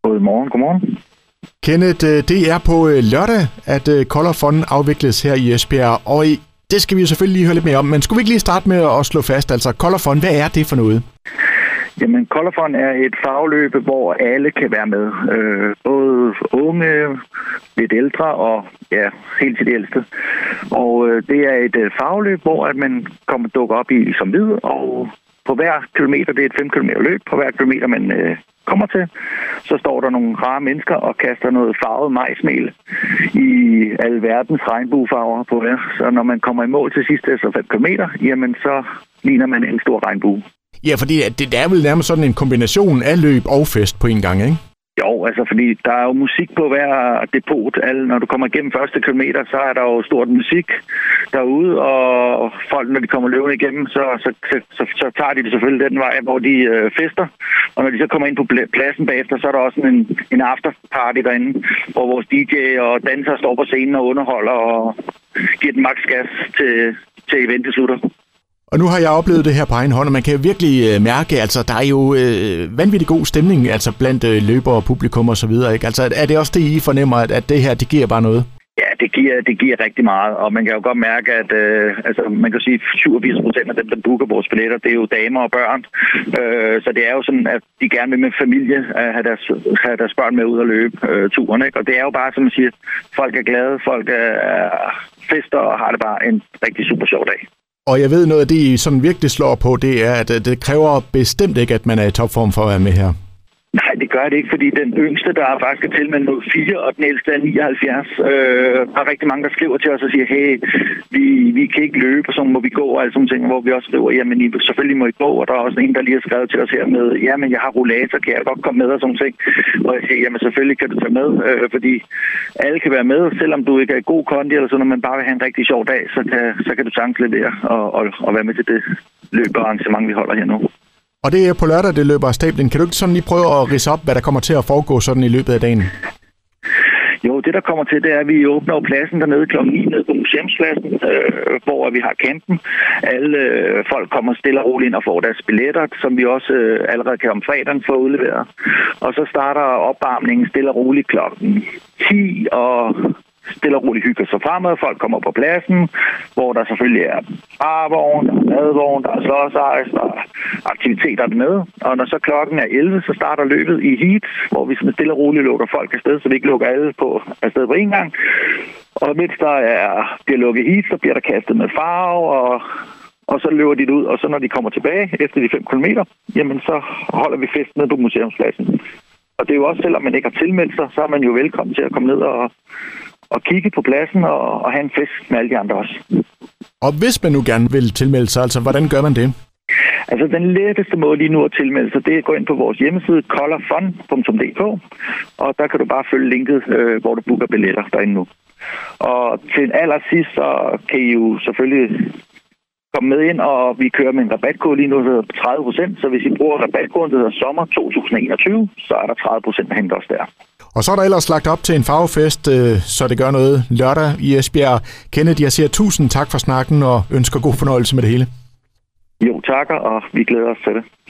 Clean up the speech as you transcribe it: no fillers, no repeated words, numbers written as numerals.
Godmorgen. Kenneth, det er på lørdag, at Call of Fun afvikles her i Esbjerg, og det skal vi jo selvfølgelig lige høre lidt mere om, men skulle vi ikke lige starte med at slå fast, altså Call of Fun, hvad er det for noget? Jamen, Call of Fun er et farveløb, hvor alle kan være med. Både unge, lidt ældre og helt til de ældste. Og det er et farveløb, hvor at man dukker op i som hvid, og på hver kilometer, det er et 5 km løb, på hver kilometer man kommer til, så står der nogle rare mennesker og kaster noget farvet majsmel i alverdens regnbuefarver på jer. Så når man kommer i mål til sidst efter 5 km, jamen så ligner man en stor regnbue. Ja, fordi det er vel nærmest sådan en kombination af løb og fest på en gang, ikke? Jo, altså fordi der er jo musik på hver depot. Når du kommer igennem første kilometer, så er der jo stort musik derude, og folk, når de kommer løbende igennem, så tager de det selvfølgelig den vej, hvor de fester. Og når de så kommer ind på pladsen bagefter, så er der også en afterparty derinde, hvor vores DJ og dansere står på scenen og underholder og giver den maks gas til eventet slutter. Og nu har jeg oplevet det her på egen hånd, og man kan jo virkelig mærke, altså der er jo vanvittig god stemning altså blandt løbere og publikum og så videre, ikke? Altså er det også det, I fornemmer, at det her, det giver bare noget? Ja, det giver rigtig meget, og man kan jo godt mærke, at man kan sige, 87% af dem, der booker vores billetter, det er jo damer og børn. Så det er jo sådan, at de gerne vil med familie have deres børn med ud og løbe turen, ikke? Og det er jo bare, som man siger, folk er glade, folk er fester og har det bare en rigtig super sjov dag. Og jeg ved noget af det, I sådan virkelig slår på, det er, at det kræver bestemt ikke, at man er i topform for at være med her. Nej, det gør det ikke, fordi den yngste, der er faktisk tilmeldt mod 4, og den ældste er 79. Der er rigtig mange, der skriver til os og siger, hey, vi kan ikke løbe, og så må vi gå, og alle sådan ting, hvor vi også skriver, jamen selvfølgelig må I gå, og der er også en, der lige har skrevet til os her med, jamen jeg har rollator, kan jeg godt komme med, og sådan ting. Og jeg siger, jamen selvfølgelig kan du tage med, fordi alle kan være med, selvom du ikke er i god kondi, eller sådan, når man bare vil have en rigtig sjov dag, så kan du sagtens levere og være med til det løb og arrangement, vi holder her nu. Og det er på lørdag, det løber af stablen. Kan du ikke sådan lige prøve at ridse op, hvad der kommer til at foregå sådan i løbet af dagen? Jo, det der kommer til, det er, at vi åbner pladsen dernede kl. 9 nede på museumspladsen, hvor vi har campen. Alle folk kommer stille og roligt ind og får deres billetter, som vi også allerede kan om fredagen få udleveret. Og så starter opvarmningen stille og roligt kl. 10, og stille og roligt hygger sig fremad. Folk kommer på pladsen, hvor der selvfølgelig er barvogn, der er madvogn, der er slåsejs, der er aktiviteter dernede. Og når så klokken er 11, så starter løbet i heat, hvor vi stille og roligt lukker folk afsted, så vi ikke lukker alle afsted på en gang. Og mens der bliver lukket heat, så bliver der kastet med farve, og så løber de ud. Og så når de kommer tilbage efter de 5 kilometer, jamen så holder vi fest ned på museumspladsen. Og det er jo også, selvom man ikke har tilmeldt sig, så er man jo velkommen til at komme ned og kigge på pladsen og have en fest med alle de andre også. Og hvis man nu gerne vil tilmelde sig, altså hvordan gør man det? Altså den letteste måde lige nu at tilmelde sig, det er at gå ind på vores hjemmeside callofun.dk, og der kan du bare følge linket, hvor du booker billetter derinde nu. Og til allersidst, så kan I jo selvfølgelig komme med ind, og vi kører med en rabatkode lige nu, der hedder 30%, så hvis I bruger rabatkoden, der hedder sommer 2021, så er der 30% at hente også der. Og så er der ellers lagt op til en farvefest, så det gør noget lørdag i Esbjerg. Kenneth, jeg siger tusind tak for snakken og ønsker god fornøjelse med det hele. Jo, takker, og vi glæder os til det.